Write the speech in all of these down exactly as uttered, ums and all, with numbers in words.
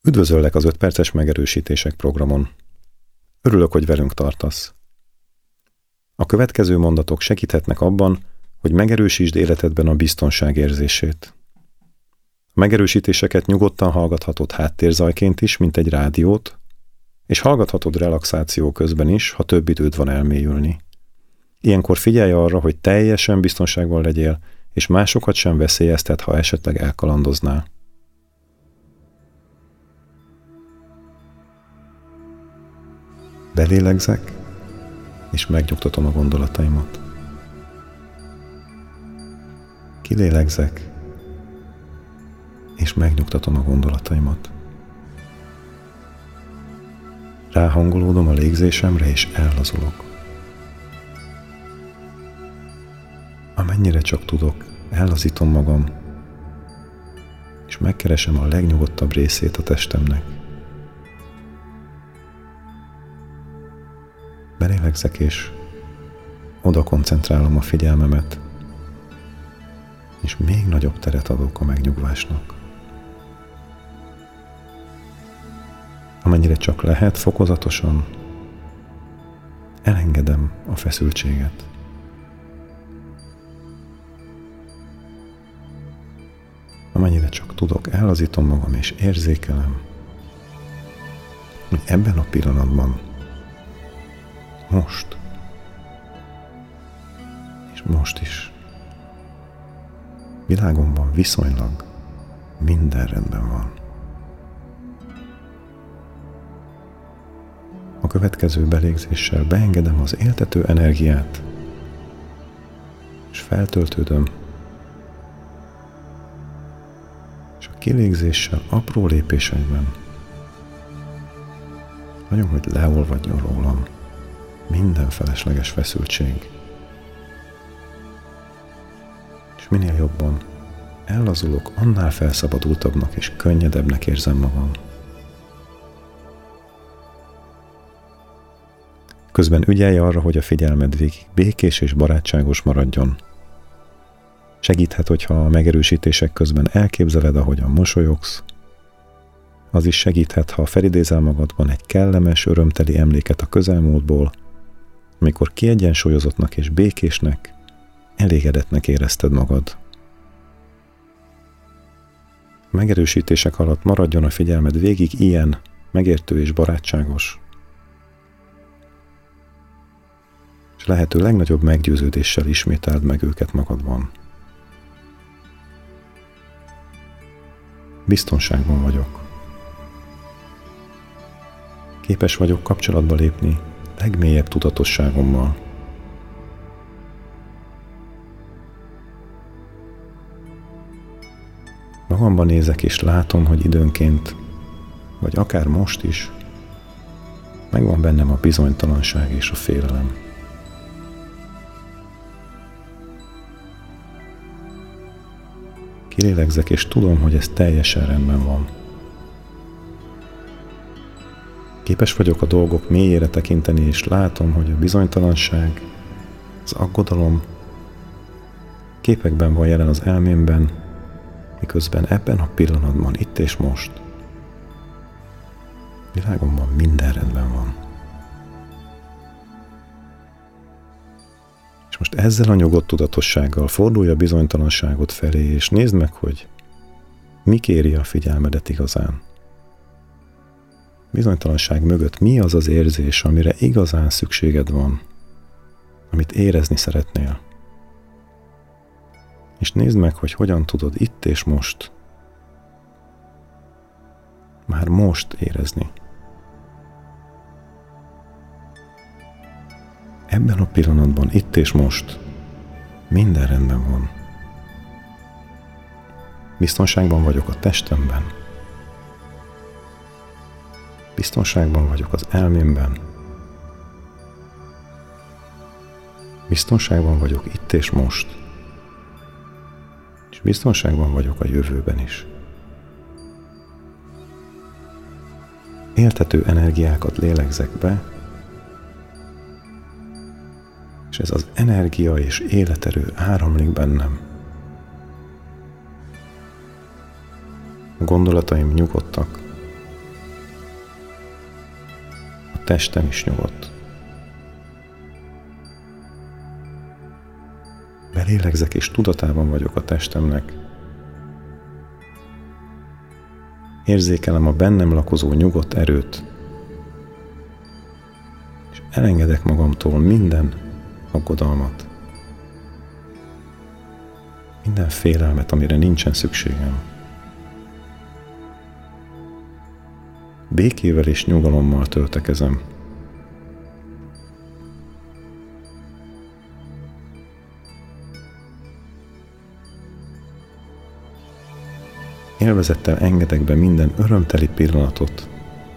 Üdvözöllek az öt perces megerősítések programon. Örülök, hogy velünk tartasz. A következő mondatok segíthetnek abban, hogy megerősítsd életedben a biztonság érzését. A megerősítéseket nyugodtan hallgathatod háttérzajként is, mint egy rádiót, és hallgathatod relaxáció közben is, ha több időd van elmélyülni. Ilyenkor figyelj arra, hogy teljesen biztonságban legyél, és másokat sem veszélyeztet, ha esetleg elkalandoznál. Belélegzek, és megnyugtatom a gondolataimat. Kilélegzek, és megnyugtatom a gondolataimat. Ráhangolódom a légzésemre, és ellazulok. Amennyire csak tudok, ellazítom magam, és megkeresem a legnyugodtabb részét a testemnek. Belélegzek, és oda koncentrálom a figyelmemet, és még nagyobb teret adok a megnyugvásnak. Amennyire csak lehet, fokozatosan elengedem a feszültséget. Amennyire csak tudok, ellazítom magam, és érzékelem, hogy ebben a pillanatban, most, és most is világomban viszonylag minden rendben van. A következő belégzéssel beengedem az éltető energiát, és feltöltődöm, és a kilégzéssel apró lépésekben hagyom, hogy leolvadjon rólam minden felesleges feszültség. És minél jobban ellazulok, annál felszabadultabbnak és könnyedebbnek érzem magam. Közben ügyelj arra, hogy a figyelmed végig békés és barátságos maradjon. Segíthet, hogyha a megerősítések közben elképzeled, ahogyan mosolyogsz. Az is segíthet, ha felidézel magadban egy kellemes, örömteli emléket a közelmúltból, amikor kiegyensúlyozottnak és békésnek, elégedetnek érezted magad. A megerősítések alatt maradjon a figyelmed végig ilyen, megértő és barátságos. És lehető legnagyobb meggyőződéssel ismételd meg őket magadban. Biztonságban vagyok. Képes vagyok kapcsolatba lépni legmélyebb tudatosságommal. Magamban nézek, és látom, hogy időnként, vagy akár most is, megvan bennem a bizonytalanság és a félelem. Kilélegzek, és tudom, hogy ez teljesen rendben van. Képes vagyok a dolgok mélyére tekinteni, és látom, hogy a bizonytalanság, az aggodalom képekben van jelen az elmémben, miközben ebben a pillanatban, itt és most, világomban minden rendben van. És most ezzel a nyugodt tudatossággal fordulj a bizonytalanságot felé, és nézd meg, hogy mi kéri a figyelmedet igazán. Bizonytalanság mögött mi az az érzés, amire igazán szükséged van, amit érezni szeretnél. És nézd meg, hogy hogyan tudod itt és most, már most érezni. Ebben a pillanatban, itt és most, minden rendben van. Biztonságban vagyok a testemben. Biztonságban vagyok az elmémben. Biztonságban vagyok itt és most. És biztonságban vagyok a jövőben is. Éltető energiákat lélegzek be, és ez az energia és életerő áramlik bennem. A gondolataim nyugodtak, testem is nyugodt. Belélegzek, és tudatában vagyok a testemnek. Érzékelem a bennem lakozó nyugodt erőt, és elengedek magamtól minden aggodalmat, minden félelmet, amire nincsen szükségem. Békével és nyugalommal töltekezem. Élvezettel engedek be minden örömteli pillanatot.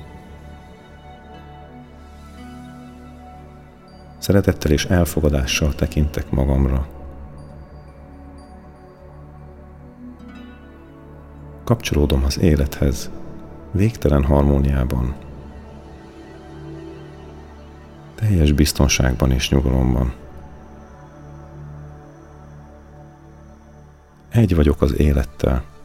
Szeretettel és elfogadással tekintek magamra. Kapcsolódom az élethez, végtelen harmóniában, teljes biztonságban és nyugalomban. Egy vagyok az élettel.